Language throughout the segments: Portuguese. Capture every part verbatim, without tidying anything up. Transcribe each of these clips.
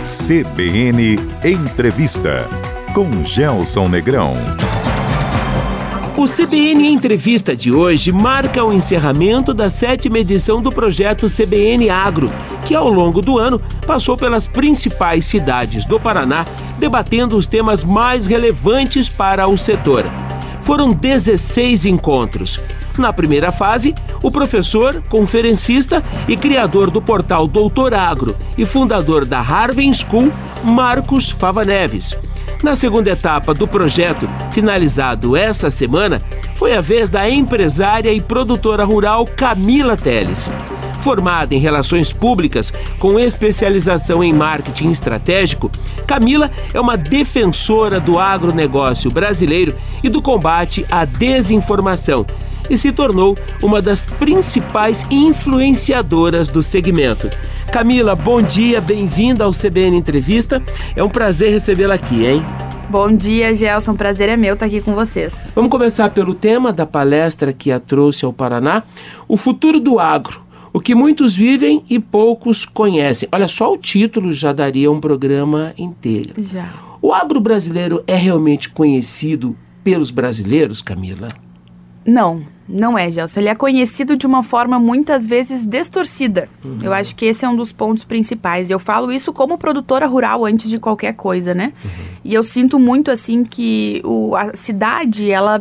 C B N Entrevista, com Gelson Negrão. O C B N Entrevista de hoje marca o encerramento da sétima edição do projeto C B N Agro, que ao longo do ano passou pelas principais cidades do Paraná, debatendo os temas mais relevantes para o setor. Foram dezesseis encontros. Na primeira fase, o professor, conferencista e criador do portal Doutor Agro e fundador da Harvey School, Marcos Fava Neves. Na segunda etapa do projeto, finalizado essa semana, foi a vez da empresária e produtora rural Camila Teles. Formada em Relações Públicas, com especialização em marketing estratégico, Camila é uma defensora do agronegócio brasileiro e do combate à desinformação e se tornou uma das principais influenciadoras do segmento. Camila, bom dia, bem-vinda ao C B N Entrevista. É um prazer recebê-la aqui, hein? Bom dia, Gelson. Prazer é meu estar aqui com vocês. Vamos começar pelo tema da palestra que a trouxe ao Paraná, o futuro do agro. O que muitos vivem e poucos conhecem. Olha, só o título já daria um programa inteiro. Já. O agro brasileiro é realmente conhecido pelos brasileiros, Camila? Não, não é, Gelson. Ele é conhecido de uma forma muitas vezes distorcida. Uhum. Eu acho que esse é um dos pontos principais. Eu falo isso como produtora rural antes de qualquer coisa, né? Uhum. E eu sinto muito, assim, que o, a cidade, ela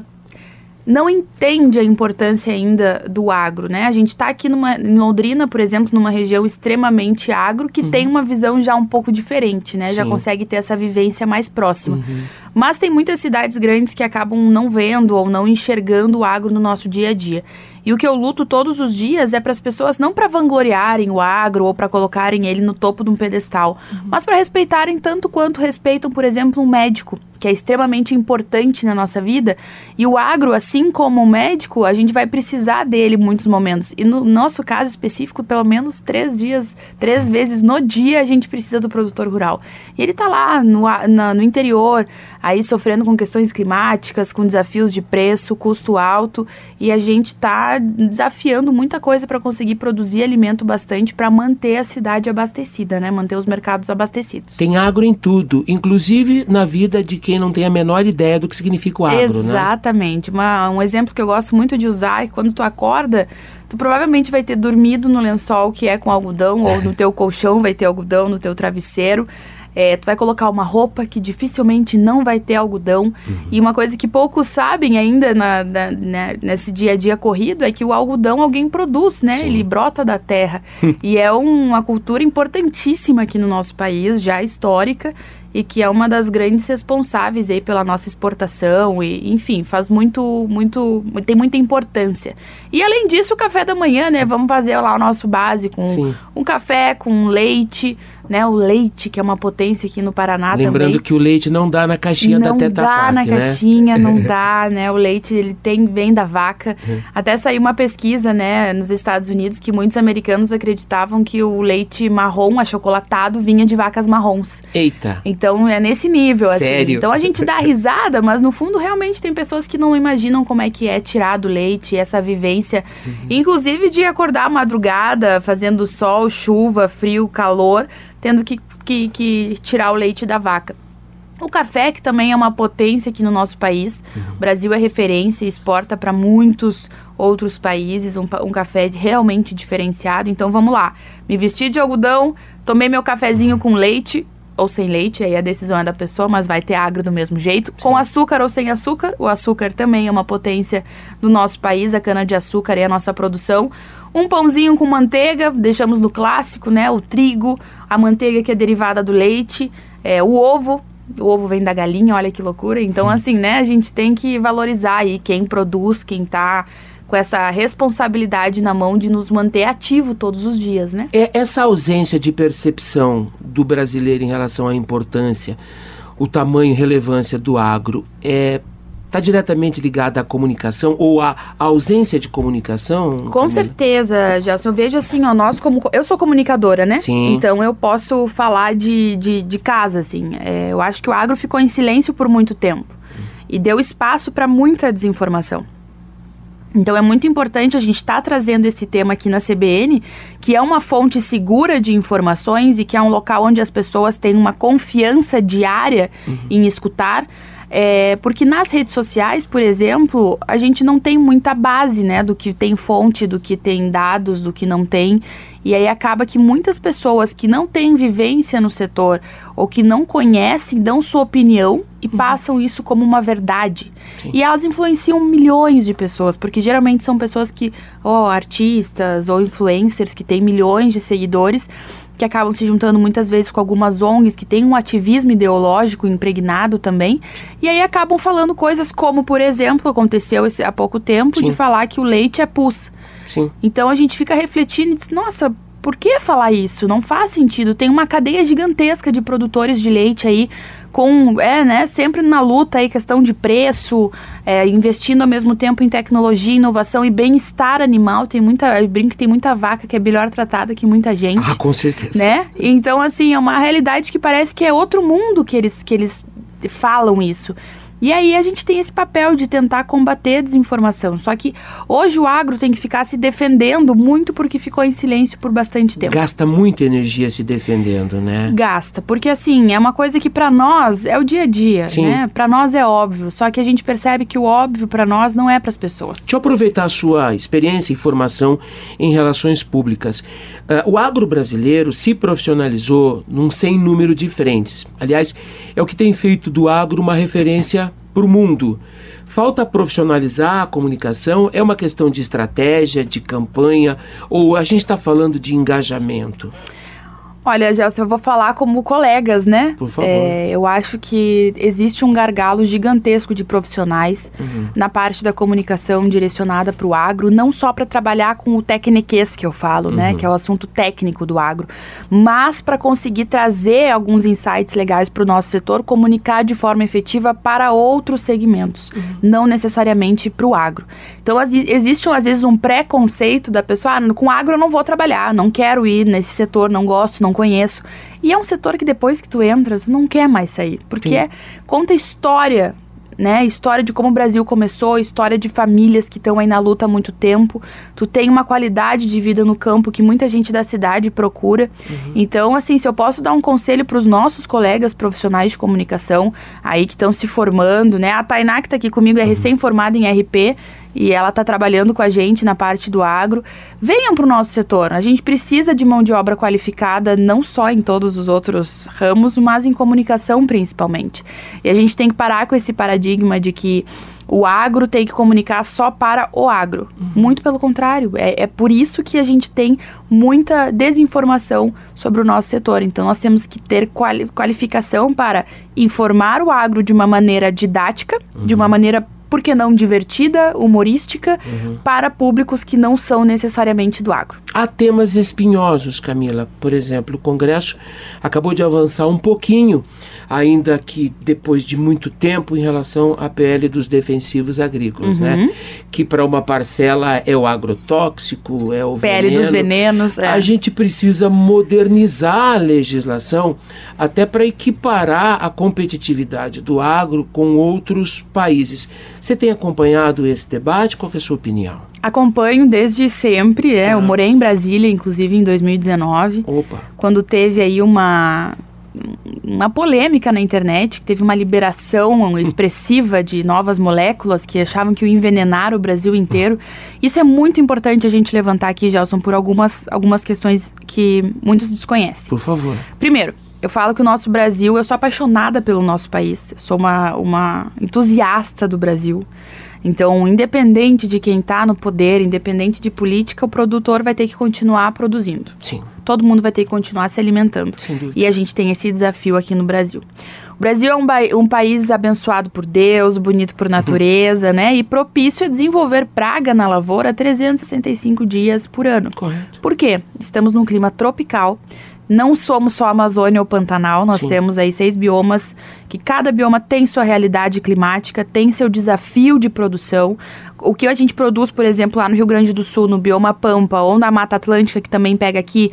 não entende a importância ainda do agro, né? A gente está aqui numa, em Londrina, por exemplo, numa região extremamente agro, que uhum. tem uma visão já um pouco diferente, né? Sim. Já consegue ter essa vivência mais próxima. Uhum. Mas tem muitas cidades grandes que acabam não vendo ou não enxergando o agro no nosso dia a dia. E o que eu luto todos os dias é para as pessoas não para vangloriarem o agro ou para colocarem ele no topo de um pedestal, uhum. mas para respeitarem tanto quanto respeitam, por exemplo, um médico, que é extremamente importante na nossa vida. E o agro, assim como o médico, a gente vai precisar dele em muitos momentos. E no nosso caso específico, pelo menos três dias, três vezes no dia a gente precisa do produtor rural. E ele está lá no, na, no interior, aí sofrendo com questões climáticas, com desafios de preço, custo alto, e a gente está desafiando muita coisa para conseguir produzir alimento bastante para manter a cidade abastecida, né? Manter os mercados abastecidos. Tem agro em tudo, inclusive na vida de quem não tem a menor ideia do que significa o agro, Exatamente. né? Uma, um exemplo que eu gosto muito de usar é que quando tu acorda, tu provavelmente vai ter dormido no lençol que é com algodão, ou no teu colchão vai ter algodão, no teu travesseiro. É, tu vai colocar uma roupa que dificilmente não vai ter algodão. Uhum. E uma coisa que poucos sabem ainda na, na, na, nesse dia a dia corrido é que o algodão alguém produz, né? Sim. Ele brota da terra. E é um, uma cultura importantíssima aqui no nosso país, já histórica, e que é uma das grandes responsáveis aí pela nossa exportação e, enfim, faz muito, muito, tem muita importância. E além disso, o café da manhã, né? Vamos fazer lá o nosso básico, um, um café com leite, né? O leite, que é uma potência aqui no Paraná também. Lembrando que o leite não dá na caixinha não da Teta Pak, Não dá na né? caixinha, não dá, né? O leite, ele tem, vem da vaca. Uhum. Até saiu uma pesquisa, né, nos Estados Unidos, que muitos americanos acreditavam que o leite marrom, achocolatado, vinha de vacas marrons. Eita! Então, é nesse nível, assim. Sério? Então, a gente dá risada, mas no fundo, realmente, tem pessoas que não imaginam como é que é tirar do leite, essa vivência. Uhum. Inclusive, de acordar à madrugada, fazendo sol, chuva, frio, calor, tendo que, que, que tirar o leite da vaca. O café, que também é uma potência aqui no nosso país. Uhum. O Brasil é referência e exporta para muitos outros países, um, um café realmente diferenciado. Então, vamos lá. Me vesti de algodão, tomei meu cafezinho com leite, ou sem leite, aí a decisão é da pessoa, mas vai ter agro do mesmo jeito. Sim. Com açúcar ou sem açúcar. O açúcar também é uma potência do nosso país, a cana-de-açúcar é a nossa produção. Um pãozinho com manteiga, deixamos no clássico, né? O trigo, a manteiga que é derivada do leite, é, o ovo. O ovo vem da galinha, olha que loucura. Então, assim, né? A gente tem que valorizar aí quem produz, quem tá com essa responsabilidade na mão de nos manter ativo todos os dias, né? É essa ausência de percepção do brasileiro em relação à importância, o tamanho e relevância do agro, é... está diretamente ligada à comunicação ou à ausência de comunicação? Com Camila? Certeza, Gelson. Eu vejo assim, ó, nós como... Eu sou comunicadora, né? Sim. Então eu posso falar de, de, de casa, assim. É, eu acho que o agro ficou em silêncio por muito tempo. Hum. E deu espaço para muita desinformação. Então é muito importante a gente estar tá trazendo esse tema aqui na C B N, que é uma fonte segura de informações e que é um local onde as pessoas têm uma confiança diária uhum. em escutar. É, porque nas redes sociais, por exemplo, a gente não tem muita base, né, do que tem fonte, do que tem dados, do que não tem. E aí acaba que muitas pessoas que não têm vivência no setor ou que não conhecem, dão sua opinião e uhum. passam isso como uma verdade. Sim. E elas influenciam milhões de pessoas, porque geralmente são pessoas que, ou artistas ou influencers que têm milhões de seguidores, que acabam se juntando muitas vezes com algumas O N Gs que têm um ativismo ideológico impregnado também, e aí acabam falando coisas como, por exemplo, aconteceu esse, há pouco tempo, Sim. de falar que o leite é pus. Sim. Então a gente fica refletindo e diz, nossa, por que falar isso? Não faz sentido. Tem uma cadeia gigantesca de produtores de leite aí, com, é, né, sempre na luta aí, questão de preço, é, investindo ao mesmo tempo em tecnologia, inovação e bem-estar animal. Tem muita, eu brinco que tem muita vaca que é melhor tratada que muita gente. Ah, com certeza. Né? Então, assim, é uma realidade que parece que é outro mundo que eles, que eles falam isso. E aí a gente tem esse papel de tentar combater a desinformação. Só que hoje o agro tem que ficar se defendendo muito porque ficou em silêncio por bastante tempo. Gasta muita energia se defendendo, né? Gasta, porque assim, é uma coisa que pra nós é o dia a dia, Sim. né? Pra nós é óbvio, só que a gente percebe que o óbvio pra nós não é pras pessoas. Deixa eu aproveitar a sua experiência e formação em relações públicas. Uh, o agro brasileiro se profissionalizou num sem número de frentes. Aliás, é o que tem feito do agro uma referência para o mundo. Falta profissionalizar a comunicação? É uma questão de estratégia, de campanha, ou a gente está falando de engajamento? Olha, Gelson, eu vou falar como colegas, né? Por favor. É, eu acho que existe um gargalo gigantesco de profissionais uhum. na parte da comunicação direcionada para o agro, não só para trabalhar com o tecniquez que eu falo, uhum. né? Que é o assunto técnico do agro, mas para conseguir trazer alguns insights legais para o nosso setor, comunicar de forma efetiva para outros segmentos, uhum. não necessariamente para o agro. Então, as, existe às vezes um preconceito da pessoa, ah, com agro eu não vou trabalhar, não quero ir nesse setor, não gosto, não conheço. E é um setor que depois que tu entra, tu não quer mais sair. Porque é, conta história, né? História de como o Brasil começou, história de famílias que estão aí na luta há muito tempo. Tu tem uma qualidade de vida no campo que muita gente da cidade procura. Uhum. Então, assim, se eu posso dar um conselho para os nossos colegas profissionais de comunicação aí que estão se formando, né? A Tainá que está aqui comigo é uhum. recém-formada em R P e ela está trabalhando com a gente na parte do agro. Venham para o nosso setor. A gente precisa de mão de obra qualificada, não só em todos os outros ramos, mas em comunicação principalmente. E a gente tem que parar com esse paradigma de que o agro tem que comunicar só para o agro. Uhum. Muito pelo contrário. É, é por isso que a gente tem muita desinformação sobre o nosso setor. Então, nós temos que ter quali- qualificação para informar o agro de uma maneira didática, uhum. de uma maneira, por que não, divertida, humorística, uhum. para públicos que não são necessariamente do agro. Há temas espinhosos, Camila. Por exemplo, o Congresso acabou de avançar um pouquinho, ainda que depois de muito tempo, em relação à P L dos defensivos agrícolas, uhum. né? Que para uma parcela é o agrotóxico, é o P L veneno. dos venenos. É. A gente precisa modernizar a legislação até para equiparar a competitividade do agro com outros países. Você tem acompanhado esse debate? Qual que é a sua opinião? Acompanho desde sempre, é. Ah. Eu morei em Brasília, inclusive, em dois mil e dezenove. Opa. Quando teve aí uma, uma polêmica na internet, que teve uma liberação expressiva de novas moléculas que achavam que iam envenenar o Brasil inteiro. Isso é muito importante a gente levantar aqui, Gelson, por algumas, algumas questões que muitos desconhecem. Por favor. Primeiro, eu falo que o nosso Brasil, eu sou apaixonada pelo nosso país, eu sou uma, uma entusiasta do Brasil. Então, independente de quem está no poder, independente de política, o produtor vai ter que continuar produzindo. Sim. Todo mundo vai ter que continuar se alimentando. Sem dúvida. E a gente tem esse desafio aqui no Brasil. O Brasil é um, ba- um país abençoado por Deus, bonito por natureza, uhum. né? E propício a desenvolver praga na lavoura trezentos e sessenta e cinco dias por ano. Correto. Por quê? Estamos num clima tropical. Não somos só Amazônia ou Pantanal, nós Sim. temos aí seis biomas, que cada bioma tem sua realidade climática, tem seu desafio de produção. O que a gente produz, por exemplo, lá no Rio Grande do Sul, no bioma Pampa, ou na Mata Atlântica, que também pega aqui,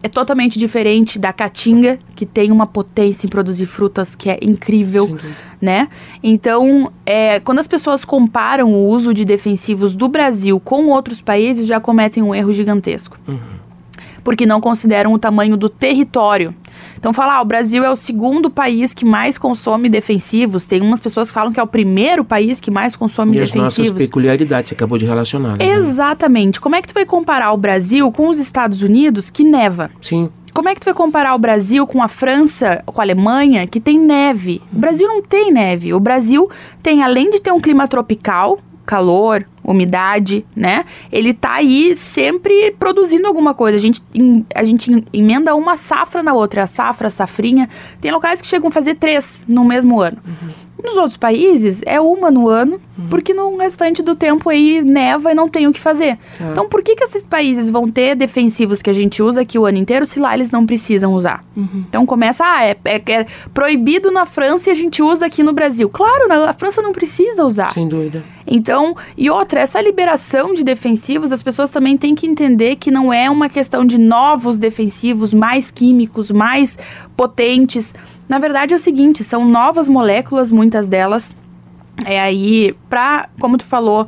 é totalmente diferente da caatinga, que tem uma potência em produzir frutas que é incrível, né? Então, é, quando as pessoas comparam o uso de defensivos do Brasil com outros países, já cometem um erro gigantesco. Uhum. Porque não consideram o tamanho do território. Então, falar, ah, o Brasil é o segundo país que mais consome defensivos. Tem umas pessoas que falam que é o primeiro país que mais consome e defensivos. E as nossas peculiaridades, você acabou de relacionar. Né? Exatamente. Como é que tu vai comparar o Brasil com os Estados Unidos, que neva? Sim. Como é que tu vai comparar o Brasil com a França, com a Alemanha, que tem neve? O Brasil não tem neve. O Brasil tem, além de ter um clima tropical, calor, umidade, né? Ele tá aí sempre produzindo alguma coisa. A gente, a gente emenda uma safra na outra. A safra, a safrinha. Tem locais que chegam a fazer três no mesmo ano. Uhum. Nos outros países, é uma no ano, uhum. porque no restante do tempo aí neva e não tem o que fazer. Tá. Então, por que que esses países vão ter defensivos que a gente usa aqui o ano inteiro, se lá eles não precisam usar? Uhum. Então, começa, ah, é, é, é proibido na França e a gente usa aqui no Brasil. Claro, a França não precisa usar. Sem dúvida. Então, e outra, essa liberação de defensivos, as pessoas também têm que entender que não é uma questão de novos defensivos, mais químicos, mais potentes. Na verdade é o seguinte, são novas moléculas, muitas delas, é aí para, como tu falou,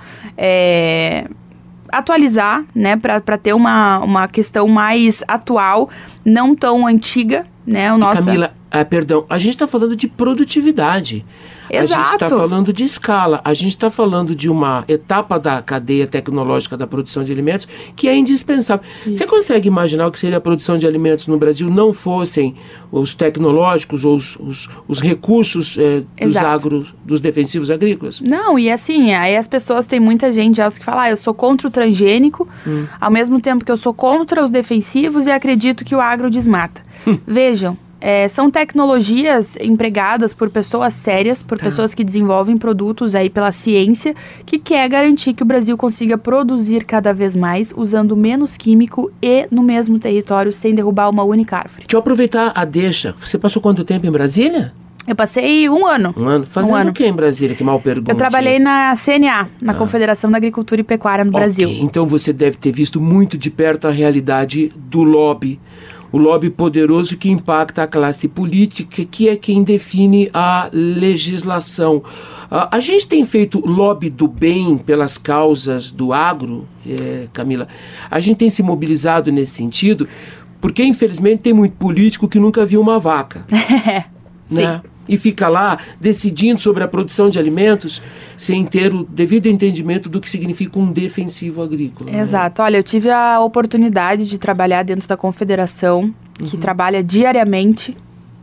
é, atualizar, né, para ter uma, uma questão mais atual, não tão antiga, né, o nosso... Camila, ah, perdão, a gente está falando de produtividade. Exato. A gente está falando de escala, a gente está falando de uma etapa da cadeia tecnológica da produção de alimentos que é indispensável. Isso. Você consegue imaginar o que seria a produção de alimentos no Brasil não fossem os tecnológicos ou os, os, os recursos é, dos agro, dos defensivos agrícolas? Não, e assim, aí as pessoas, tem muita gente já que fala, ah, eu sou contra o transgênico, hum. ao mesmo tempo que eu sou contra os defensivos e acredito que o agro desmata. Hum. Vejam, É, são tecnologias empregadas por pessoas sérias, por tá. pessoas que desenvolvem produtos aí pela ciência, que quer garantir que o Brasil consiga produzir cada vez mais, usando menos químico e no mesmo território, sem derrubar uma única árvore. Deixa eu aproveitar a deixa. Você passou quanto tempo em Brasília? Eu passei um ano. Um ano? Fazendo um ano. O que em Brasília? Que mal pergunta. Eu trabalhei na C N A, na ah. Confederação da Agricultura e Pecuária no okay. Brasil. Então você deve ter visto muito de perto a realidade do lobby. O lobby poderoso que impacta a classe política, que é quem define a legislação. Uh, a gente tem feito lobby do bem pelas causas do agro, é, Camila. A gente tem se mobilizado nesse sentido, porque infelizmente tem muito político que nunca viu uma vaca. né? Sim. E fica lá decidindo sobre a produção de alimentos sem ter o devido entendimento do que significa um defensivo agrícola. Exato. Né? Olha, eu tive a oportunidade de trabalhar dentro da Confederação, que uhum. trabalha diariamente,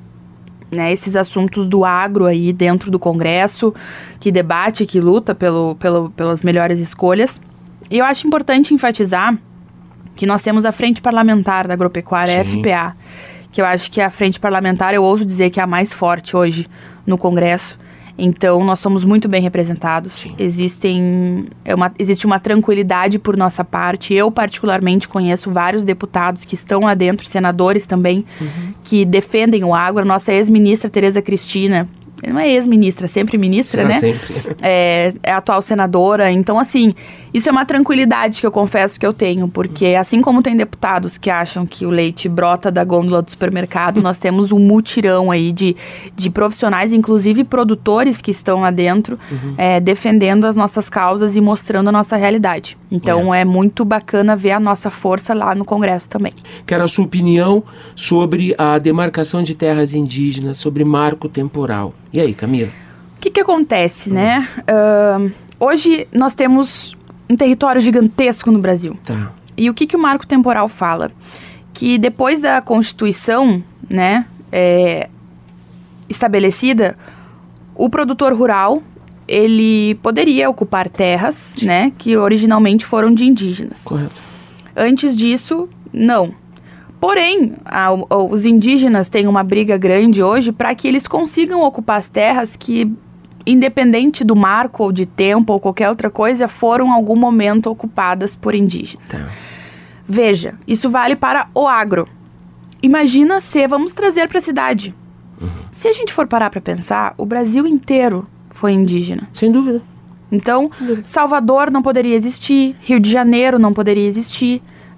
né, esses assuntos do agro aí dentro do Congresso, que debate, que luta pelo, pelo, pelas melhores escolhas. E eu acho importante enfatizar que nós temos a Frente Parlamentar da Agropecuária, a F P A, que eu acho que a frente parlamentar, eu ouso dizer que é a mais forte hoje no Congresso. Então, nós somos muito bem representados. Existem, é uma, existe uma tranquilidade por nossa parte. Eu, particularmente, conheço vários deputados que estão lá dentro, senadores também, uhum. que defendem o agro. A nossa ex-ministra Tereza Cristina, não é ex-ministra, sempre ministra, Será né? Sempre. É, é atual senadora. Então, assim, isso é uma tranquilidade que eu confesso que eu tenho, porque assim como tem deputados que acham que o leite brota da gôndola do supermercado, nós temos um mutirão aí de, de profissionais, inclusive produtores que estão lá dentro, uhum. é, defendendo as nossas causas e mostrando a nossa realidade. Então, é. é muito bacana ver a nossa força lá no Congresso também. Quero a sua opinião sobre a demarcação de terras indígenas, sobre marco temporal. E aí, Camila? O que que acontece, hum. né? Uh, hoje nós temos um território gigantesco no Brasil. Tá. E o que que o marco temporal fala? Que depois da Constituição, né, é, estabelecida, o produtor rural, ele poderia ocupar terras, né, que originalmente foram de indígenas. Correto. Antes disso, não. Porém, a, os indígenas têm uma briga grande hoje para que eles consigam ocupar as terras que, independente do marco ou de tempo ou qualquer outra coisa, foram em algum momento ocupadas por indígenas. Tá. Veja, isso vale para o agro. Imagina se, vamos trazer para a cidade. Uhum. Se a gente for parar para pensar, o Brasil inteiro foi indígena. Sem dúvida. Então, Sem dúvida. Salvador não poderia existir, Rio de Janeiro não poderia existir,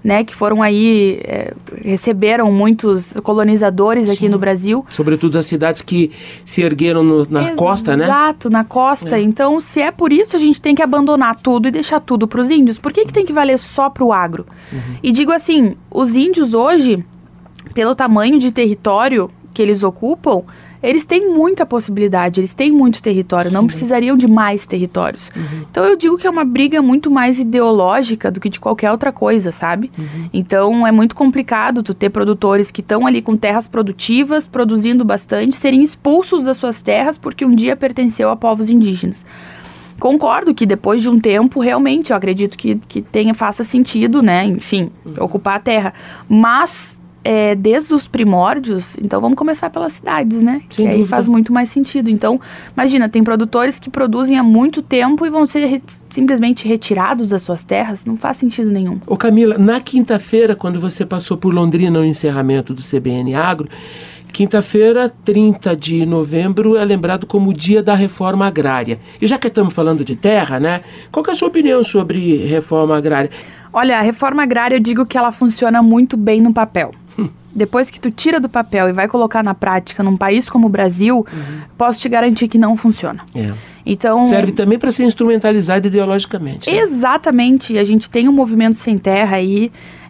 né, que foram aí, é, receberam muitos colonizadores aqui Sim. no Brasil. Sobretudo as cidades que se ergueram no, na Exato, costa, né? Exato, na costa. É. Então, se é por isso, a gente tem que abandonar tudo e deixar tudo para os índios. Por que que tem que valer só para o agro? Uhum. E digo assim, os índios hoje, pelo tamanho de território que eles ocupam, eles têm muita possibilidade, eles têm muito território, não uhum. precisariam de mais territórios. Uhum. Então eu digo que é uma briga muito mais ideológica do que de qualquer outra coisa, sabe? Uhum. Então é muito complicado tu ter produtores que estão ali com terras produtivas, produzindo bastante, serem expulsos das suas terras porque um dia pertenceu a povos indígenas. Concordo que depois de um tempo, realmente, eu acredito que, que tenha, faça sentido, né? Enfim, uhum. ocupar a terra. Mas... É, desde os primórdios, então vamos começar pelas cidades, né? Sem que aí dúvida. Faz muito mais sentido. Então, imagina, tem produtores que produzem há muito tempo e vão ser re- simplesmente retirados das suas terras, não faz sentido nenhum. Ô Camila, na quinta-feira, quando você passou por Londrina no encerramento do C B N Agro, quinta-feira, trinta de novembro, é lembrado como o Dia da Reforma Agrária. E já que estamos falando de terra, né? Qual que é a sua opinião sobre reforma agrária? Olha, a reforma agrária, eu digo que ela funciona muito bem no papel. Hum. Depois que tu tira do papel e vai colocar na prática num país como o Brasil, uhum. posso te garantir que não funciona. É. Então, serve também para ser instrumentalizada ideologicamente. Né? Exatamente. A gente tem um movimento sem terra aí.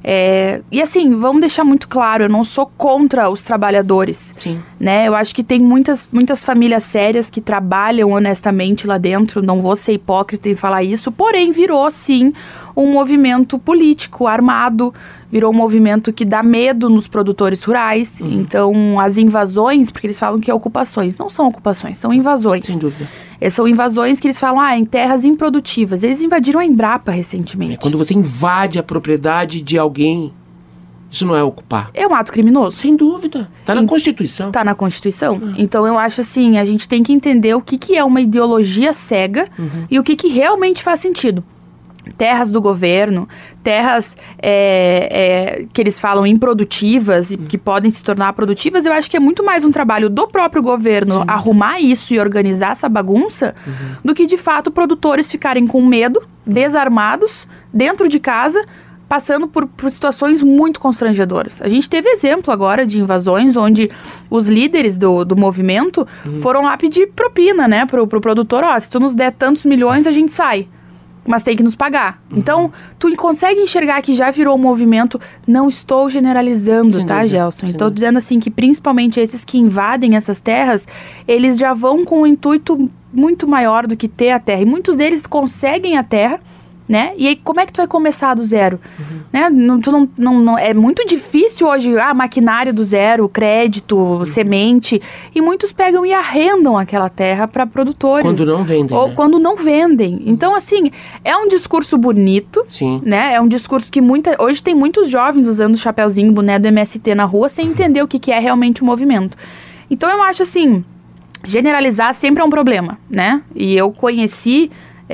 É, e assim, vamos deixar muito claro, eu não sou contra os trabalhadores. Sim. Né? Eu acho que tem muitas, muitas famílias sérias que trabalham honestamente lá dentro, não vou ser hipócrita em falar isso, porém virou sim um movimento político armado, virou um movimento que dá medo nos produtores rurais. Uhum. Então as invasões, porque eles falam que é ocupações, não são ocupações, são invasões. Sem dúvida. É, são invasões que eles falam, ah, em terras improdutivas. Eles invadiram a Embrapa recentemente. É quando você invade a propriedade de alguém, isso não é ocupar. É um ato criminoso. Sem dúvida. Está na em, Constituição. Está na Constituição. Uhum. Então eu acho assim, a gente tem que entender o que, que é uma ideologia cega uhum. e o que, que realmente faz sentido. Terras do governo, terras é, é, que eles falam improdutivas e uhum. que podem se tornar produtivas, eu acho que é muito mais um trabalho do próprio governo Sim. arrumar isso e organizar essa bagunça uhum. do que de fato produtores ficarem com medo, desarmados, dentro de casa, passando por, por situações muito constrangedoras. A gente teve exemplo agora de invasões onde os líderes do, do movimento uhum. foram lá pedir propina, né, pro, pro produtor, ó, se tu nos der tantos milhões a gente sai. Mas tem que nos pagar. Uhum. Então, tu consegue enxergar que já virou um movimento. Não estou generalizando, Sem tá, dúvida. Gelson? Estou dizendo assim que principalmente esses que invadem essas terras, eles já vão com um intuito muito maior do que ter a terra. E muitos deles conseguem a terra, né? E aí, como é que tu vai começar do zero? Uhum. Né? Não, tu não, não, não, é muito difícil hoje, ah, maquinário do zero, crédito, uhum. semente, e muitos pegam e arrendam aquela terra para produtores. Quando não vendem, Ou né? quando não vendem. Então, assim, é um discurso bonito, Sim. né? É um discurso que muita... Hoje tem muitos jovens usando o chapeuzinho, boné do M S T na rua, sem entender o que, que é realmente o movimento. Então, eu acho assim, generalizar sempre é um problema, né? E eu conheci...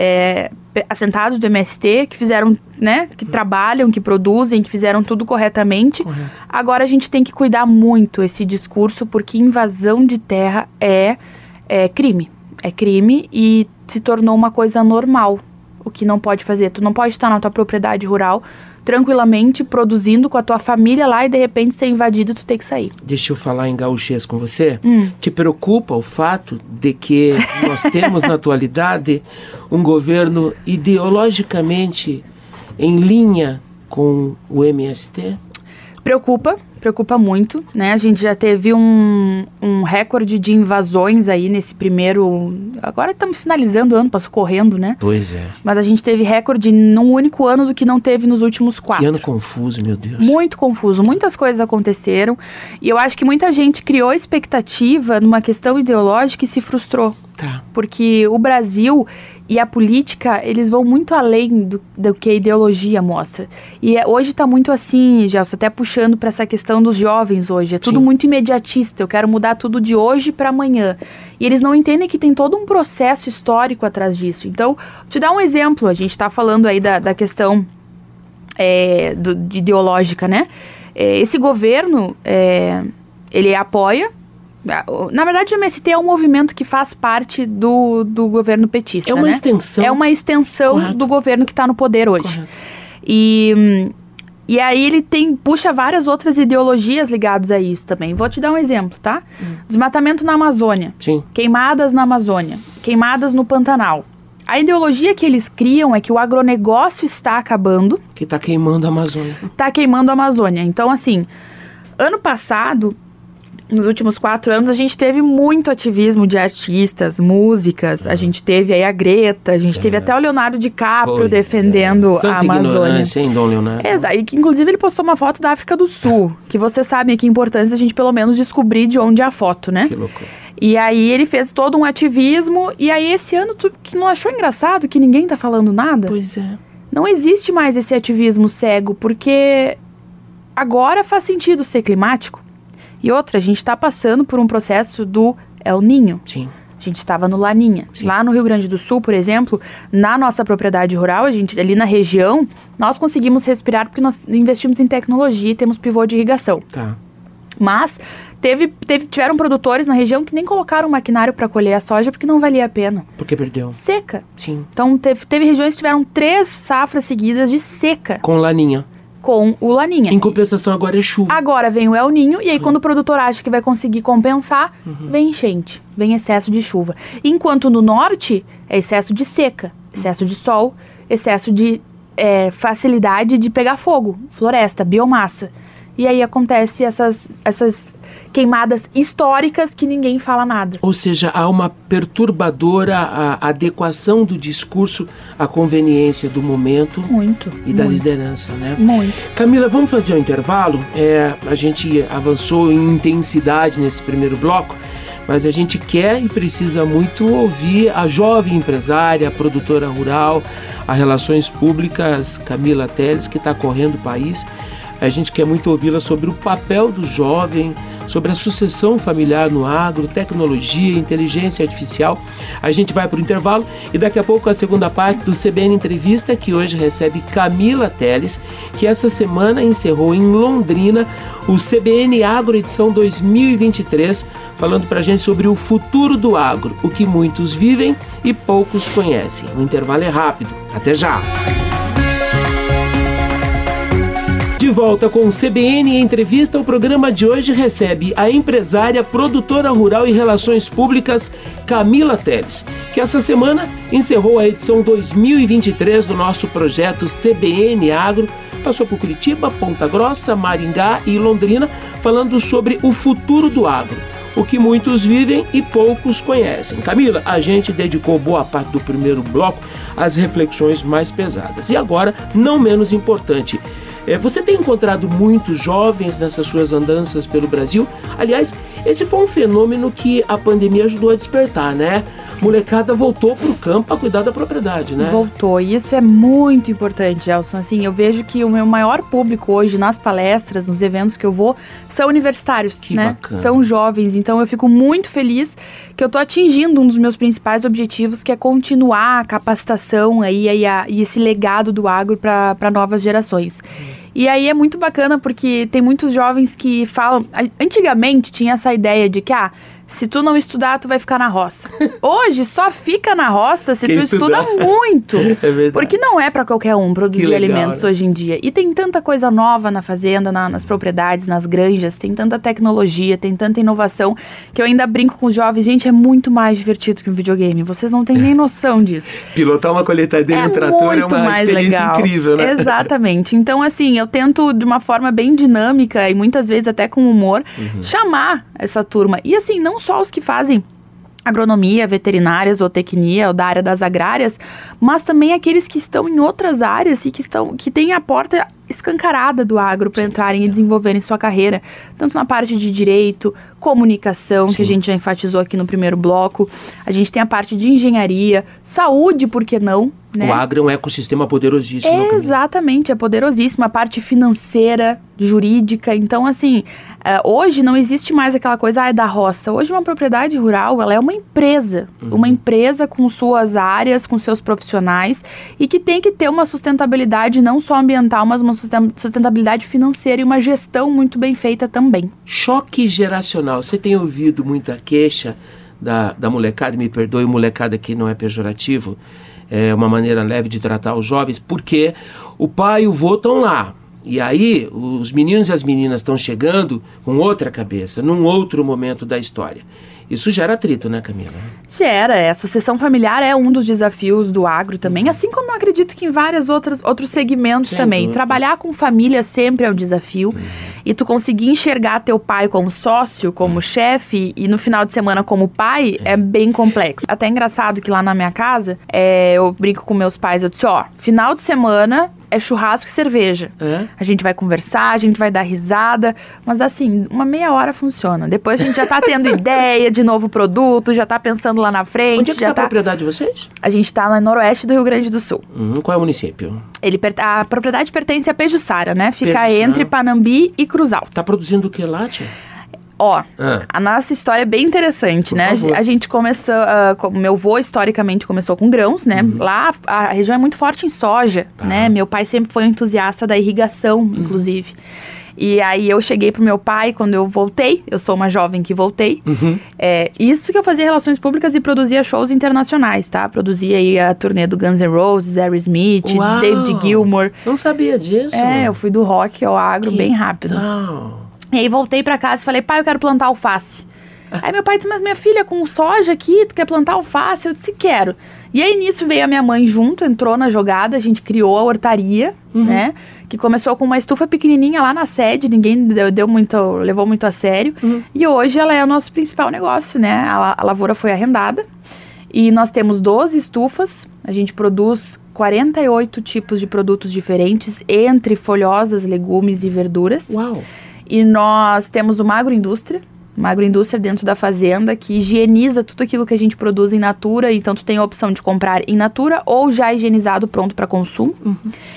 É, assentados do M S T que fizeram, né, que uhum. trabalham, que produzem, que fizeram tudo corretamente. Correto. Agora a gente tem que cuidar muito esse discurso, porque invasão de terra é, é crime. É crime e se tornou uma coisa normal, o que não pode fazer. Tu não pode estar na tua propriedade rural tranquilamente produzindo com a tua família lá e de repente ser invadido, tu tem que sair. Deixa eu falar em gauchês com você. Hum. Te preocupa o fato de que nós temos na atualidade um governo ideologicamente em linha com o M S T? Preocupa, preocupa muito, né? A gente já teve um, um recorde de invasões aí nesse primeiro... Agora estamos finalizando o ano, passou correndo, né? Pois é. Mas a gente teve recorde num único ano do que não teve nos últimos quatro. Que ano confuso, meu Deus. Muito confuso, muitas coisas aconteceram. E eu acho que muita gente criou expectativa numa questão ideológica e se frustrou. Tá. Porque o Brasil e a política, eles vão muito além do, do que a ideologia mostra. E é, hoje está muito assim, Gelson, até puxando para essa questão dos jovens hoje. É tudo Sim. muito imediatista, eu quero mudar tudo de hoje para amanhã. E eles não entendem que tem todo um processo histórico atrás disso. Então, vou te dar um exemplo. A gente está falando aí da, da questão é, do, de ideológica, né? É, esse governo, é, ele apoia... Na verdade, o M S T é um movimento que faz parte do, do governo petista, É uma né? extensão. É uma extensão Correto. do governo que está no poder hoje. Correto. E, E aí ele tem, puxa várias outras ideologias ligadas a isso também. Vou te dar um exemplo, tá? Hum. Desmatamento na Amazônia. Sim. Queimadas na Amazônia. Queimadas no Pantanal. A ideologia que eles criam é que o agronegócio está acabando. Que está queimando a Amazônia. Está queimando a Amazônia. Então, assim, ano passado, nos últimos quatro anos, a gente teve muito ativismo de artistas, músicas. Uhum. A gente teve aí a Greta, a gente é. teve até o Leonardo DiCaprio pois defendendo é. a Amazônia. Hein, Dom Leonardo? Exato. E que, inclusive, ele postou uma foto da África do Sul. Que você sabe que a importância da gente, pelo menos, descobrir de onde é a foto, né? Que loucura. E aí ele fez todo um ativismo. E aí esse ano, tu, tu não achou engraçado que ninguém tá falando nada? Pois é. Não existe mais esse ativismo cego, porque agora faz sentido ser climático. E outra, a gente está passando por um processo do El Niño. Sim. A gente estava no Laninha. Sim. Lá no Rio Grande do Sul, por exemplo, na nossa propriedade rural, a gente, ali na região, nós conseguimos respirar porque nós investimos em tecnologia e temos pivô de irrigação. Tá. Mas teve, teve, tiveram produtores na região que nem colocaram maquinário para colher a soja porque não valia a pena. Porque perdeu. Seca. Sim. Então teve, teve regiões que tiveram três safras seguidas de seca. Com Laninha. Com o Laninha. Em compensação, agora é chuva. Agora vem o El Niño, e aí uhum. quando o produtor acha que vai conseguir compensar, uhum. vem enchente, vem excesso de chuva. Enquanto no norte, é excesso de seca, excesso de sol, excesso de é, facilidade de pegar fogo, floresta, biomassa. E aí acontece essas, essas queimadas históricas que ninguém fala nada. Ou seja, há uma perturbadora a adequação do discurso à conveniência do momento. Muito. E da muito. liderança, né? Muito. Camila, vamos fazer um intervalo? É, a gente avançou em intensidade nesse primeiro bloco, mas a gente quer e precisa muito ouvir a jovem empresária, a produtora rural, a Relações Públicas, Camila Teles, que está correndo o país. A gente quer muito ouvi-la sobre o papel do jovem, sobre a sucessão familiar no agro, tecnologia, inteligência artificial. A gente vai para o intervalo e daqui a pouco a segunda parte do C B N Entrevista, que hoje recebe Camila Teles, que essa semana encerrou em Londrina o C B N Agro edição dois mil e vinte e três, falando para a gente sobre o futuro do agro, o que muitos vivem e poucos conhecem. O intervalo é rápido. Até já! De volta com o C B N Entrevista, o programa de hoje recebe a empresária, produtora rural e relações públicas Camila Teles, que essa semana encerrou a edição dois mil e vinte e três do nosso projeto C B N Agro, passou por Curitiba, Ponta Grossa, Maringá e Londrina, falando sobre o futuro do agro, o que muitos vivem e poucos conhecem. Camila, a gente dedicou boa parte do primeiro bloco às reflexões mais pesadas. E agora, não menos importante, É, você tem encontrado muitos jovens nessas suas andanças pelo Brasil? Aliás, esse foi um fenômeno que a pandemia ajudou a despertar, né? Sim. Molecada voltou pro campo a cuidar da propriedade, né? Voltou, e isso é muito importante, Gelson. Assim, eu vejo que o meu maior público hoje nas palestras, nos eventos que eu vou, são universitários, que né? Bacana. São jovens, então eu fico muito feliz que eu tô atingindo um dos meus principais objetivos, que é continuar a capacitação aí, aí a, e esse legado do agro para novas gerações. Hum. E aí é muito bacana porque tem muitos jovens que falam... Antigamente tinha essa ideia de que, ah, se tu não estudar, tu vai ficar na roça. Hoje só fica na roça se Quem tu estudar. estuda muito. É verdade. Porque não é pra qualquer um produzir legal, alimentos, né? hoje em dia. E tem tanta coisa nova na fazenda, na, nas propriedades, nas granjas. Tem tanta tecnologia, tem tanta inovação, que eu ainda brinco com os jovens. Gente, é muito mais divertido que um videogame. Vocês não têm nem noção disso. Pilotar uma colheitadeira É e um trator é muito uma mais experiência legal. incrível, né? Exatamente. Então, assim, eu tento, de uma forma bem dinâmica e muitas vezes até com humor, uhum. chamar essa turma. E assim, não só os que fazem agronomia, veterinária, zootecnia ou da área das agrárias, mas também aqueles que estão em outras áreas e que, estão, que têm a porta escancarada do agro para entrarem e desenvolverem sua carreira, tanto na parte de direito, comunicação, Sim. que a gente já enfatizou aqui no primeiro bloco, a gente tem a parte de engenharia, saúde, por que não? Né? O agro é um ecossistema poderosíssimo. É, exatamente, é poderosíssimo. A parte financeira, jurídica. Então, assim, uh, hoje não existe mais aquela coisa, ah, é da roça. Hoje uma propriedade rural, ela é uma empresa. Uhum. Uma empresa com suas áreas, com seus profissionais e que tem que ter uma sustentabilidade não só ambiental, mas uma sustentabilidade financeira e uma gestão muito bem feita também. Choque geracional. Você tem ouvido muita queixa da, da molecada, me perdoe, molecada que não é pejorativo, é uma maneira leve de tratar os jovens, porque o pai e o vô estão lá, E aí, os meninos e as meninas estão chegando com outra cabeça, num outro momento da história. Isso gera atrito, né, Camila? Gera, é. A sucessão familiar é um dos desafios do agro também, uhum. assim como eu acredito que em vários outros, outros segmentos Sem também. Dúvida. Trabalhar com família sempre é um desafio. Uhum. E tu conseguir enxergar teu pai como sócio, como uhum. chefe, e no final de semana como pai, é. é bem complexo. Até é engraçado que lá na minha casa, é, eu brinco com meus pais, eu disse, ó, final de semana é churrasco e cerveja. É? A gente vai conversar, a gente vai dar risada, mas assim, uma meia hora funciona. Depois a gente já tá tendo ideia de novo produto, já tá pensando lá na frente. Onde é que já tá a tá... propriedade de vocês? A gente tá no noroeste do Rio Grande do Sul. Hum, qual é o município? Ele per... A propriedade pertence a Pejuçara, né? Fica Pejuçara. Entre Panambi e Cruz Alta. Tá produzindo o que lá, tia? Ó, ah. a nossa história é bem interessante, Por né? favor. A gente começou, uh, com, meu avô historicamente começou com grãos, né? Uhum. Lá a região é muito forte em soja, ah. né? Meu pai sempre foi um entusiasta da irrigação, uhum. inclusive. E aí eu cheguei pro meu pai quando eu voltei, eu sou uma jovem que voltei. Uhum. É, isso que eu fazia relações públicas e produzia shows internacionais, tá? Produzia aí a turnê do Guns N' Roses, Aerosmith, Uau. David Gilmour. Não sabia disso. É, eu fui do rock ao agro que bem rápido. Não. E aí voltei pra casa e falei, pai, eu quero plantar alface. Aí meu pai disse, mas minha filha, com soja aqui, tu quer plantar alface? Eu disse, quero. E aí nisso veio a minha mãe junto, entrou na jogada, a gente criou a hortaria, uhum. né? Que começou com uma estufa pequenininha lá na sede, ninguém deu, deu muito, levou muito a sério. Uhum. E hoje ela é o nosso principal negócio, né? A, a lavoura foi arrendada e nós temos doze estufas, a gente produz quarenta e oito tipos de produtos diferentes, entre folhosas, legumes e verduras. Uau! E nós temos uma agroindústria, uma agroindústria dentro da fazenda que higieniza tudo aquilo que a gente produz em natura. Então, tu tem a opção de comprar in natura ou já higienizado, pronto para consumo. Uhum.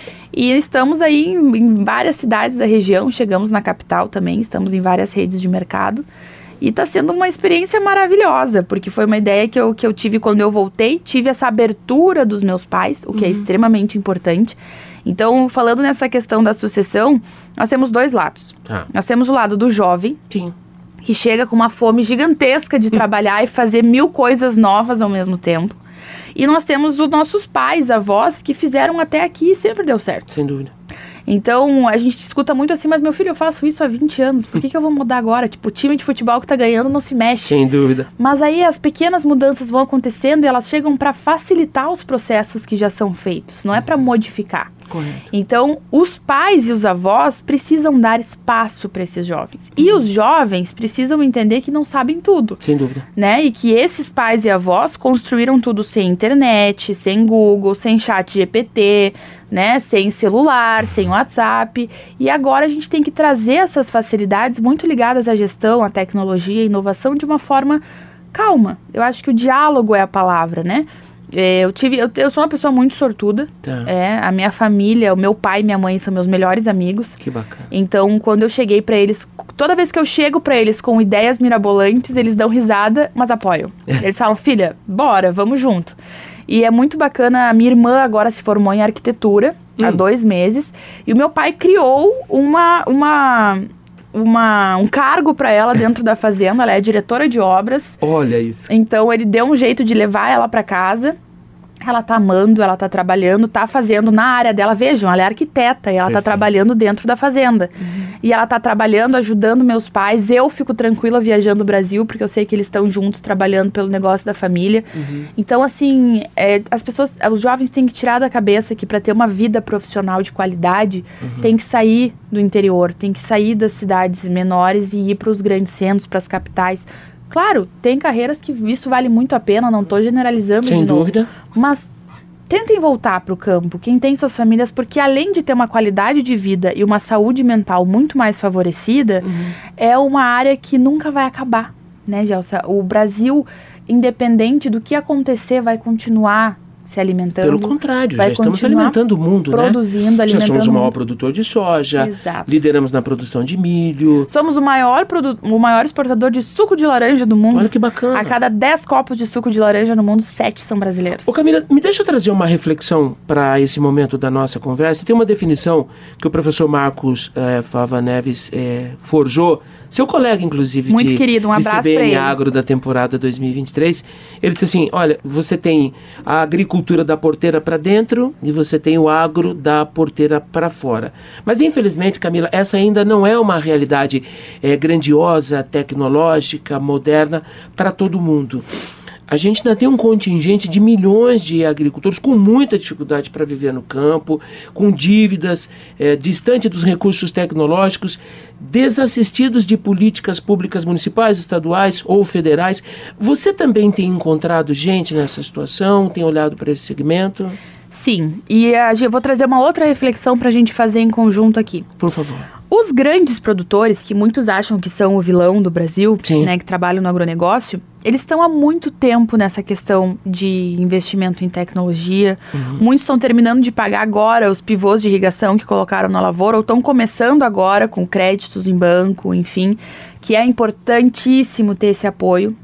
E estamos aí em, em várias cidades da região, chegamos na capital também, estamos em várias redes de mercado. E está sendo uma experiência maravilhosa, porque foi uma ideia que eu, que eu tive quando eu voltei, tive essa abertura dos meus pais, o que uhum. é extremamente importante. Então, falando nessa questão da sucessão, nós temos dois lados. Ah. Nós temos o lado do jovem, Sim. que chega com uma fome gigantesca de trabalhar e fazer mil coisas novas ao mesmo tempo. E nós temos os nossos pais, avós, que fizeram até aqui e sempre deu certo. Sem dúvida. Então, a gente escuta muito assim, mas meu filho, eu faço isso há vinte anos, por que, que eu vou mudar agora? Tipo, o time de futebol que tá ganhando não se mexe. Sem dúvida. Mas aí as pequenas mudanças vão acontecendo e elas chegam para facilitar os processos que já são feitos, não é para modificar. Correto. Então, os pais e os avós precisam dar espaço para esses jovens. E os jovens precisam entender que não sabem tudo. Sem dúvida. Né? E que esses pais e avós construíram tudo sem internet, sem Google, sem chat G P T, né? Sem celular, sem WhatsApp. E agora a gente tem que trazer essas facilidades muito ligadas à gestão, à tecnologia, à inovação de uma forma calma. Eu acho que o diálogo é a palavra, né? É, eu, tive, eu, eu sou uma pessoa muito sortuda. Tá. É, a minha família, o meu pai e minha mãe são meus melhores amigos. Que bacana. Então, quando eu cheguei pra eles, toda vez que eu chego pra eles com ideias mirabolantes, eles dão risada, mas apoiam. Eles falam, filha, bora, vamos junto. E é muito bacana, a minha irmã agora se formou em arquitetura, hum. há dois meses, e o meu pai criou uma... uma Uma, um cargo para ela dentro da fazenda, ela é diretora de obras. Olha isso. Então ele deu um jeito de levar ela para casa. Ela tá amando, ela tá trabalhando, tá fazendo na área dela. Vejam, ela é arquiteta e ela Perfeito. Tá trabalhando dentro da fazenda. Uhum. E ela tá trabalhando, ajudando meus pais. Eu fico tranquila viajando o Brasil, porque eu sei que eles estão juntos trabalhando pelo negócio da família. Uhum. Então, assim, é, as pessoas, os jovens têm que tirar da cabeça que para ter uma vida profissional de qualidade, uhum. tem que sair do interior, tem que sair das cidades menores e ir para os grandes centros, para as capitais. Claro, tem carreiras que isso vale muito a pena, não estou generalizando Sem de novo. dúvida. Mas tentem voltar para o campo, quem tem suas famílias, porque além de ter uma qualidade de vida e uma saúde mental muito mais favorecida, uhum. é uma área que nunca vai acabar, né, Gelson? O Brasil, independente do que acontecer, vai continuar se alimentando. Pelo contrário, já estamos alimentando o mundo, produzindo, né? alimentando. Já somos o maior produtor de soja, Exato. Lideramos na produção de milho. Somos o maior, produ- o maior exportador de suco de laranja do mundo. Olha que bacana. A cada dez copos de suco de laranja no mundo, sete são brasileiros. Ô Camila, me deixa trazer uma reflexão para esse momento da nossa conversa. Tem uma definição que o professor Marcos eh, Fava Neves eh, forjou seu colega, inclusive, muito de, querido, um de abraço C B N pra ele. Agro da temporada dois mil e vinte e três, ele disse assim, olha, você tem a agricultura da porteira para dentro e você tem o agro da porteira para fora. Mas, infelizmente, Camila, essa ainda não é uma realidade é, grandiosa, tecnológica, moderna para todo mundo. A gente ainda tem um contingente de milhões de agricultores com muita dificuldade para viver no campo, com dívidas, é, distante dos recursos tecnológicos, desassistidos de políticas públicas municipais, estaduais ou federais. Você também tem encontrado gente nessa situação? Tem olhado para esse segmento? Sim, e a, eu vou trazer uma outra reflexão para a gente fazer em conjunto aqui. Por favor. Os grandes produtores, que muitos acham que são o vilão do Brasil, né, que trabalham no agronegócio, eles estão há muito tempo nessa questão de investimento em tecnologia. Uhum. Muitos estão terminando de pagar agora os pivôs de irrigação que colocaram na lavoura, ou estão começando agora com créditos em banco, enfim, que é importantíssimo ter esse apoio.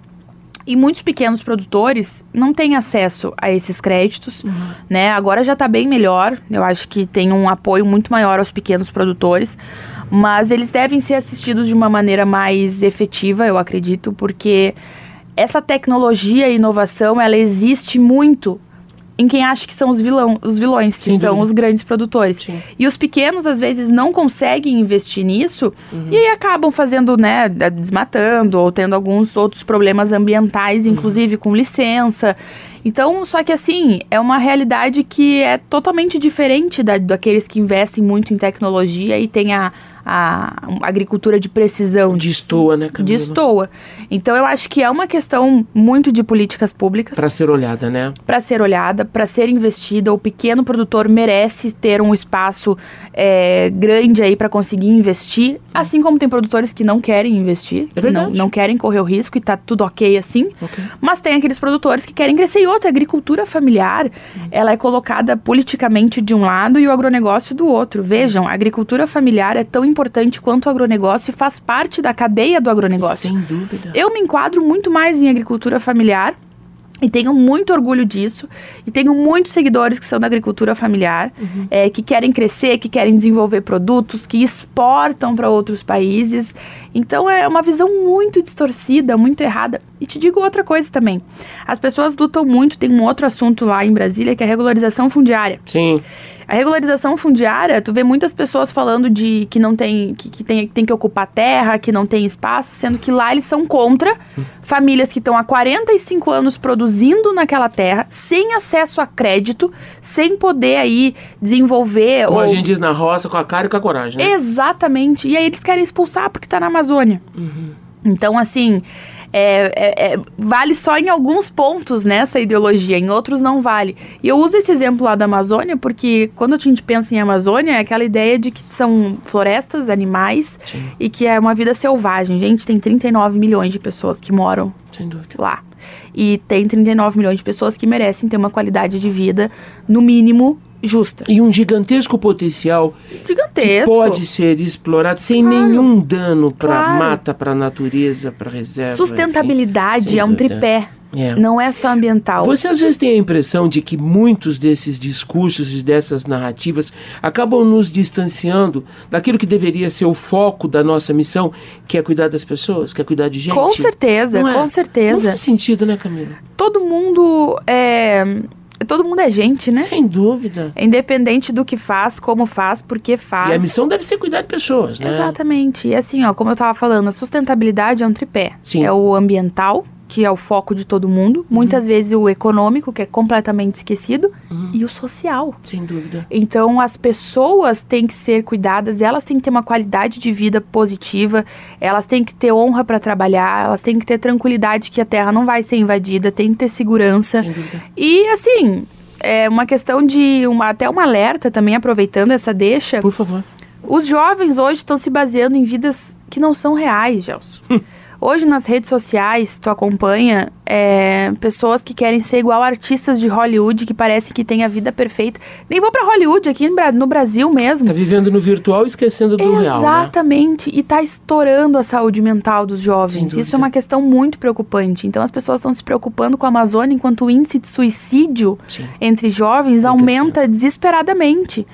E muitos pequenos produtores não têm acesso a esses créditos, uhum. né? Agora já está bem melhor, eu acho que tem um apoio muito maior aos pequenos produtores, mas eles devem ser assistidos de uma maneira mais efetiva, eu acredito, porque essa tecnologia e inovação, ela existe muito em quem acha que são os, vilão, os vilões, que Sem são dúvida. Os grandes produtores. Sim. E os pequenos, às vezes, não conseguem investir nisso, uhum. e aí acabam fazendo, né, desmatando, ou tendo alguns outros problemas ambientais, inclusive uhum. com licença. Então, só que assim, é uma realidade que é totalmente diferente da, daqueles que investem muito em tecnologia e tem a, a, a agricultura de precisão. Destoa, né, Camila? Destoa. Então, eu acho que é uma questão muito de políticas públicas. Para ser olhada, né? Para ser olhada, para ser investida. O pequeno produtor merece ter um espaço é, grande aí para conseguir investir, assim como tem produtores que não querem investir, é verdade. Não, não querem correr o risco e tá tudo ok assim, okay. Mas tem aqueles produtores que querem crescer. E outra, a agricultura familiar, uhum. ela é colocada politicamente de um lado e o agronegócio do outro. Vejam, a agricultura familiar é tão importante quanto o agronegócio e faz parte da cadeia do agronegócio. Sem dúvida. Eu me enquadro muito mais em agricultura familiar e tenho muito orgulho disso. E tenho muitos seguidores que são da agricultura familiar, uhum. é, que querem crescer, que querem desenvolver produtos, que exportam para outros países. Então é uma visão muito distorcida, muito errada. E te digo outra coisa também. As pessoas lutam muito, tem um outro assunto lá em Brasília, que é a regularização fundiária. Sim. A regularização fundiária, tu vê muitas pessoas falando de que não tem que, que tem, tem que ocupar terra, que não tem espaço, sendo que lá eles são contra hum. famílias que estão há quarenta e cinco anos produzindo naquela terra, sem acesso a crédito, sem poder aí desenvolver... Como ou... a gente diz na roça, com a cara e com a coragem, né? Exatamente. E aí eles querem expulsar porque tá na Amazônia. Uhum. Então, assim... É, é, é, vale só em alguns pontos, né, essa ideologia, em outros não vale. E eu uso esse exemplo lá da Amazônia porque quando a gente pensa em Amazônia é aquela ideia de que são florestas, animais, Sim. e que é uma vida selvagem. Gente, tem trinta e nove milhões de pessoas que moram Sem dúvida. lá. E tem trinta e nove milhões de pessoas que merecem ter uma qualidade de vida, no mínimo, justa. E um gigantesco potencial gigantesco. que pode ser explorado sem claro. nenhum dano para claro. mata, para a natureza, para a reserva. Sustentabilidade enfim, é um tripé. É. Não é só ambiental. Você às vezes tem a impressão de que muitos desses discursos e dessas narrativas acabam nos distanciando daquilo que deveria ser o foco da nossa missão, que é cuidar das pessoas, que é cuidar de gente. Com certeza, Não é? com certeza. Não faz sentido, né, Camila? Todo mundo é... Todo mundo é gente, né? Sem dúvida. Independente do que faz, como faz, por que faz. E a missão deve ser cuidar de pessoas, né? Exatamente. E assim, ó, como eu tava falando, a sustentabilidade é um tripé. Sim. É o ambiental, que é o foco de todo mundo. Uhum. Muitas vezes o econômico, que é completamente esquecido. Uhum. E o social. Sem dúvida. Então, as pessoas têm que ser cuidadas, elas têm que ter uma qualidade de vida positiva, elas têm que ter honra para trabalhar, elas têm que ter tranquilidade que a terra não vai ser invadida, tem que ter segurança. Sem dúvida. E, assim, é uma questão de, uma, até um alerta também, aproveitando essa deixa. Por favor. Os jovens hoje estão se baseando em vidas que não são reais, Gelson. Hum. Hoje, nas redes sociais, tu acompanha é, pessoas que querem ser igual artistas de Hollywood, que parece que tem a vida perfeita. Nem vou pra Hollywood, aqui no Brasil mesmo. Tá vivendo no virtual e esquecendo do Exatamente. real, né? Exatamente. E tá estourando a saúde mental dos jovens. Isso é uma questão muito preocupante. Então, as pessoas estão se preocupando com a Amazônia, enquanto o índice de suicídio Sim. entre jovens aumenta desesperadamente.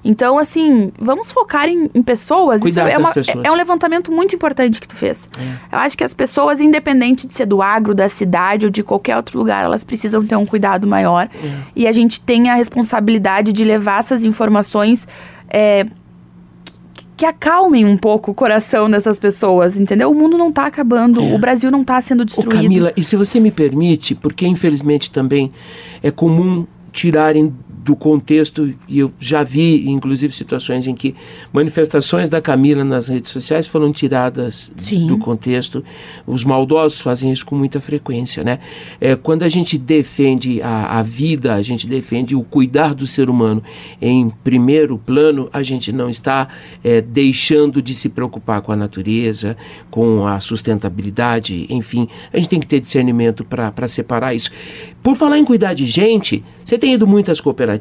Então, assim, vamos focar em, em pessoas. Cuidar Isso é, das uma, pessoas. é um levantamento muito importante que tu fez. É. Eu acho que as pessoas, independente de ser do agro, da cidade ou de qualquer outro lugar, elas precisam ter um cuidado maior. É. E a gente tem a responsabilidade de levar essas informações é, que, que acalmem um pouco o coração dessas pessoas, entendeu? O mundo não tá acabando, é. o Brasil não tá sendo destruído. Ô Camila, e se você me permite, porque infelizmente também é comum tirarem do contexto, e eu já vi, inclusive, situações em que manifestações da Camila nas redes sociais foram tiradas Sim. do contexto. Os maldosos fazem isso com muita frequência, né? É, quando a gente defende a, a vida, a gente defende o cuidar do ser humano em primeiro plano, a gente não está é, deixando de se preocupar com a natureza, com a sustentabilidade, enfim, a gente tem que ter discernimento para separar isso. Por falar em cuidar de gente, você tem ido muitas cooperativas?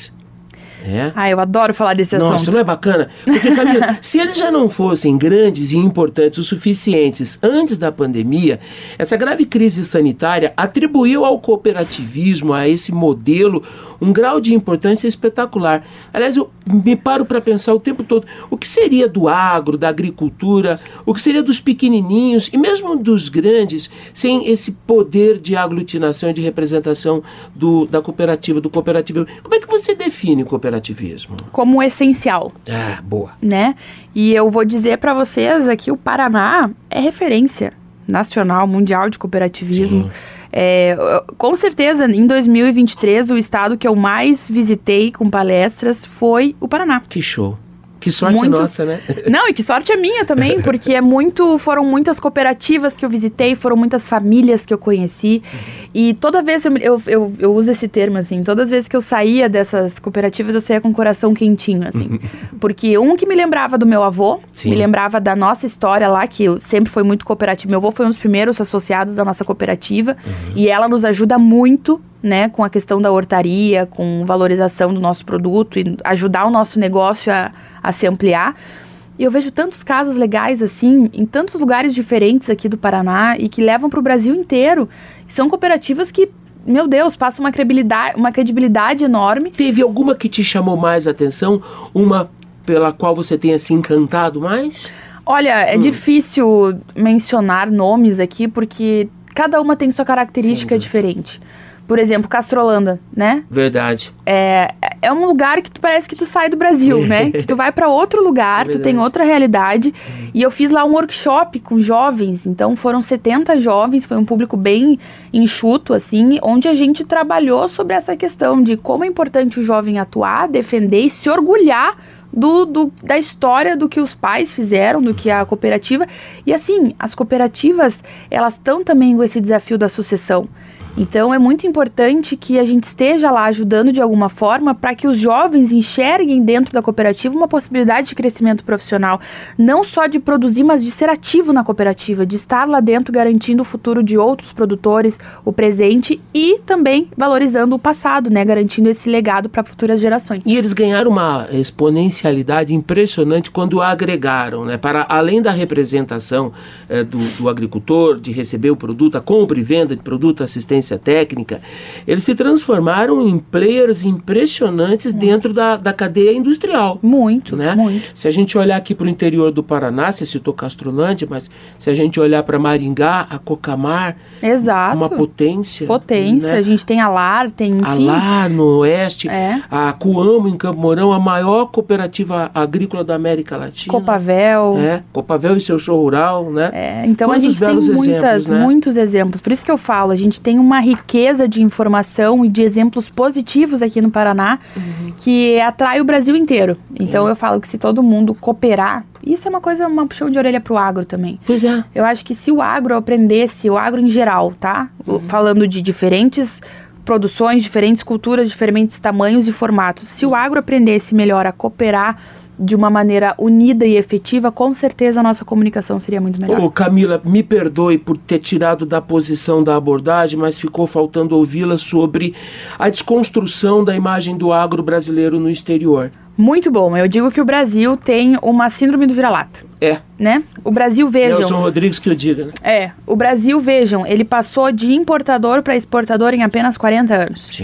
É. Ah, eu adoro falar desse assunto. Nossa, não é bacana? Porque, Camila, se eles já não fossem grandes e importantes o suficientes antes da pandemia, essa grave crise sanitária atribuiu ao cooperativismo, a esse modelo, um grau de importância espetacular. Aliás, eu me paro para pensar o tempo todo, o que seria do agro, da agricultura, o que seria dos pequenininhos e mesmo dos grandes, sem esse poder de aglutinação e de representação do, da cooperativa, do cooperativismo. Como é que você define o cooperativismo? Como essencial. Ah, boa. Né? E eu vou dizer para vocês aqui, o Paraná é referência nacional, mundial de cooperativismo. É, com certeza, em dois mil e vinte e três, o estado que eu mais visitei com palestras foi o Paraná. Que show. Que sorte muito... nossa, né? Não, e que sorte a minha também, porque é muito, foram muitas cooperativas que eu visitei, foram muitas famílias que eu conheci. Uhum. E toda vez, eu, eu, eu, eu uso esse termo, assim, todas as vezes que eu saía dessas cooperativas, eu saía com o coração quentinho, assim. Uhum. Porque um que me lembrava do meu avô, Sim. me lembrava da nossa história lá, que eu sempre foi muito cooperativa. Meu avô foi um dos primeiros associados da nossa cooperativa, uhum. e ela nos ajuda muito, né, com a questão da hortaria, com valorização do nosso produto e ajudar o nosso negócio a, a se ampliar. E eu vejo tantos casos legais assim, em tantos lugares diferentes aqui do Paraná e que levam para o Brasil inteiro. São cooperativas que, meu Deus, passam uma credibilidade, uma credibilidade enorme. Teve alguma que te chamou mais atenção? Uma pela qual você tenha se encantado mais? Olha, é hum. difícil mencionar nomes aqui porque cada uma tem sua característica Sim, diferente. Por exemplo, Castrolanda, né? Verdade. É, é um lugar que tu parece que tu sai do Brasil, né? Que tu vai para outro lugar, é tu tem outra realidade. Uhum. E eu fiz lá um workshop com jovens, então foram setenta jovens, foi um público bem enxuto, assim, onde a gente trabalhou sobre essa questão de como é importante o jovem atuar, defender e se orgulhar Do, do, da história do que os pais fizeram, do que a cooperativa. E assim, as cooperativas, elas estão também com esse desafio da sucessão. Então é muito importante que a gente esteja lá ajudando de alguma forma para que os jovens enxerguem dentro da cooperativa uma possibilidade de crescimento profissional. Não só de produzir, mas de ser ativo na cooperativa, de estar lá dentro garantindo o futuro de outros produtores, o presente e também valorizando o passado, né? Garantindo esse legado para futuras gerações. E eles ganharam uma exponencialidade impressionante quando agregaram, né? Para além da representação é, do, do agricultor, de receber o produto, a compra e venda de produto, assistência técnica, eles se transformaram em players impressionantes é. dentro da, da cadeia industrial. Muito, né? muito. Se a gente olhar aqui para o interior do Paraná, você citou Castrolândia, mas se a gente olhar para Maringá, a Cocamar, Exato. uma potência. Potência, né? A gente tem a Lar, tem, enfim. A Lar no oeste, é. a Coamo em Campo Mourão, a maior cooperativa agrícola da América Latina. Copavel. É, Copavel e seu show rural, né? É, então Quantos a gente tem muitas, exemplos, né? muitos exemplos. Por isso que eu falo, a gente tem uma riqueza de informação e de exemplos positivos aqui no Paraná, uhum. que atrai o Brasil inteiro. Então, uhum. eu falo que se todo mundo cooperar, isso é uma coisa, uma puxão de orelha pro agro também. Pois é. Eu acho que se o agro aprendesse, o agro em geral, tá? Uhum. Falando de diferentes produções, diferentes culturas, diferentes tamanhos e formatos. Se o agro aprendesse melhor a cooperar de uma maneira unida e efetiva, com certeza a nossa comunicação seria muito melhor. Ô, Camila, me perdoe por ter tirado da posição da abordagem, mas ficou faltando ouvi-la sobre a desconstrução da imagem do agro brasileiro no exterior. Muito bom. Eu digo que o Brasil tem uma síndrome do vira-lata. É. Né? O Brasil, vejam... Nelson Rodrigues que eu diga, né? É. O Brasil, vejam, ele passou de importador para exportador em apenas quarenta anos. Sim.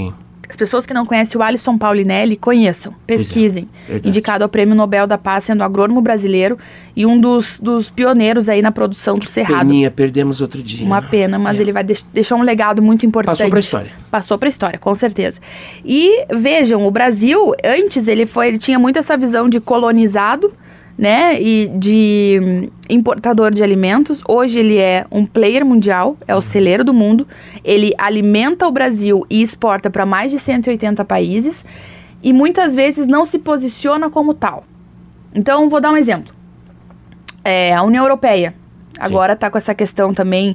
As pessoas que não conhecem o Alisson Paulinelli, conheçam, pesquisem. É, indicado ao Prêmio Nobel da Paz, sendo agrônomo brasileiro e um dos, dos pioneiros aí na produção do cerrado. Peninha, perdemos outro dia. Uma pena, mas é. ele vai deix- deixar um legado muito importante. Passou para a história. Passou para a história, com certeza. E vejam, o Brasil, antes ele foi, ele tinha muito essa visão de colonizado, né, e de importador de alimentos. Hoje ele é um player mundial, é o celeiro do mundo. Ele alimenta o Brasil e exporta para mais de cento e oitenta países e muitas vezes não se posiciona como tal. Então, vou dar um exemplo. É, a União Europeia agora está com essa questão também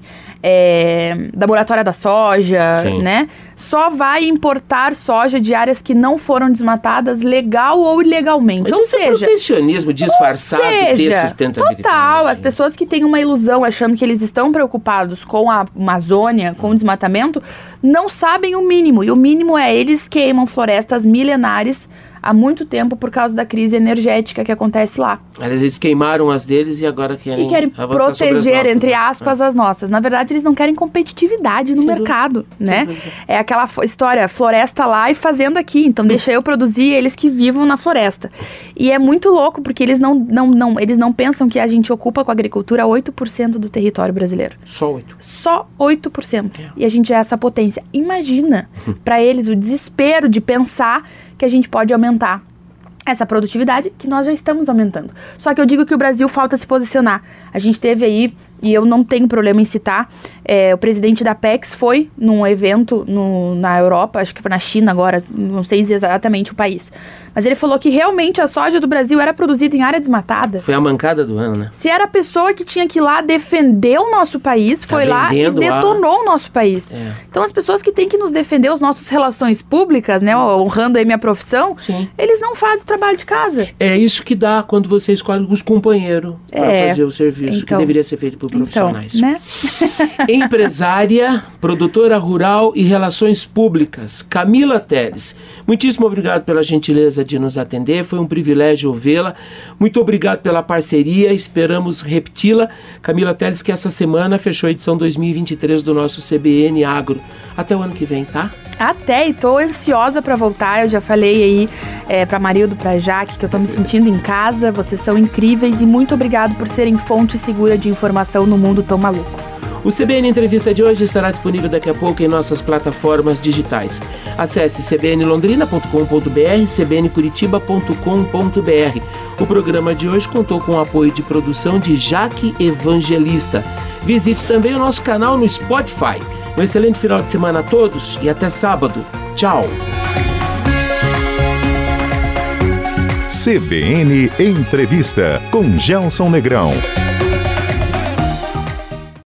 é, da moratória da soja, Sim. né? Só vai importar soja de áreas que não foram desmatadas legal ou ilegalmente. Mas ou isso seja, é protecionismo disfarçado ou de seja, sustentabilidade. total, as pessoas que têm uma ilusão achando que eles estão preocupados com a Amazônia, com o desmatamento, não sabem o mínimo. E o mínimo é eles queimam florestas milenares há muito tempo por causa da crise energética que acontece lá. Aliás, eles queimaram as deles e agora querem E querem avançar sobre as proteger, nossas, entre né? aspas, as nossas. Na verdade, eles não querem competitividade no Sem mercado, dúvida, né? sem dúvida. É aquela fo- história, floresta lá e fazenda aqui. Então, deixa eu produzir, eles que vivam na floresta. E é muito louco, porque eles não, não, não, eles não pensam que a gente ocupa com a agricultura oito por cento do território brasileiro. Só oito. Só oito por cento. É. E a gente é essa potência. Imagina, para eles, o desespero de pensar que a gente pode aumentar essa produtividade que nós já estamos aumentando. Só que eu digo que o Brasil falta se posicionar. A gente teve aí, e eu não tenho problema em citar, é, o presidente da Apex foi num evento no, na Europa, acho que foi na China agora, não sei exatamente o país. Mas ele falou que realmente a soja do Brasil era produzida em área desmatada. Foi a mancada do ano, né? Se era a pessoa que tinha que ir lá defender o nosso país, Tá foi lá e vendendo lá. detonou o nosso país. É. Então as pessoas que têm que nos defender, as nossas relações públicas, né, honrando aí minha profissão, Sim. eles não fazem o trabalho de casa. É isso que dá quando você escolhe os companheiros para É. fazer o serviço Então. que deveria ser feito por profissionais. Então, né? Empresária, produtora rural e relações públicas, Camila Teles. Muitíssimo obrigado pela gentileza de nos atender, foi um privilégio ouvi-la. Muito obrigado pela parceria, esperamos repeti-la. Camila Teles, que essa semana fechou a edição dois mil e vinte e três do nosso C B N Agro. Até o ano que vem, tá? Até, e tô ansiosa pra voltar. Eu já falei aí é, pra Marildo, pra Jaque, que eu tô me sentindo em casa. Vocês são incríveis e muito obrigado por serem fonte segura de informação no mundo tão maluco. O C B N Entrevista de hoje estará disponível daqui a pouco em nossas plataformas digitais. Acesse c b n londrina ponto com ponto b r, c b n curitiba ponto com ponto b r. O programa de hoje contou com o apoio de produção de Jaque Evangelista. Visite também o nosso canal no Spotify. Um excelente final de semana a todos e até sábado. Tchau! C B N Entrevista com Gelson Negrão.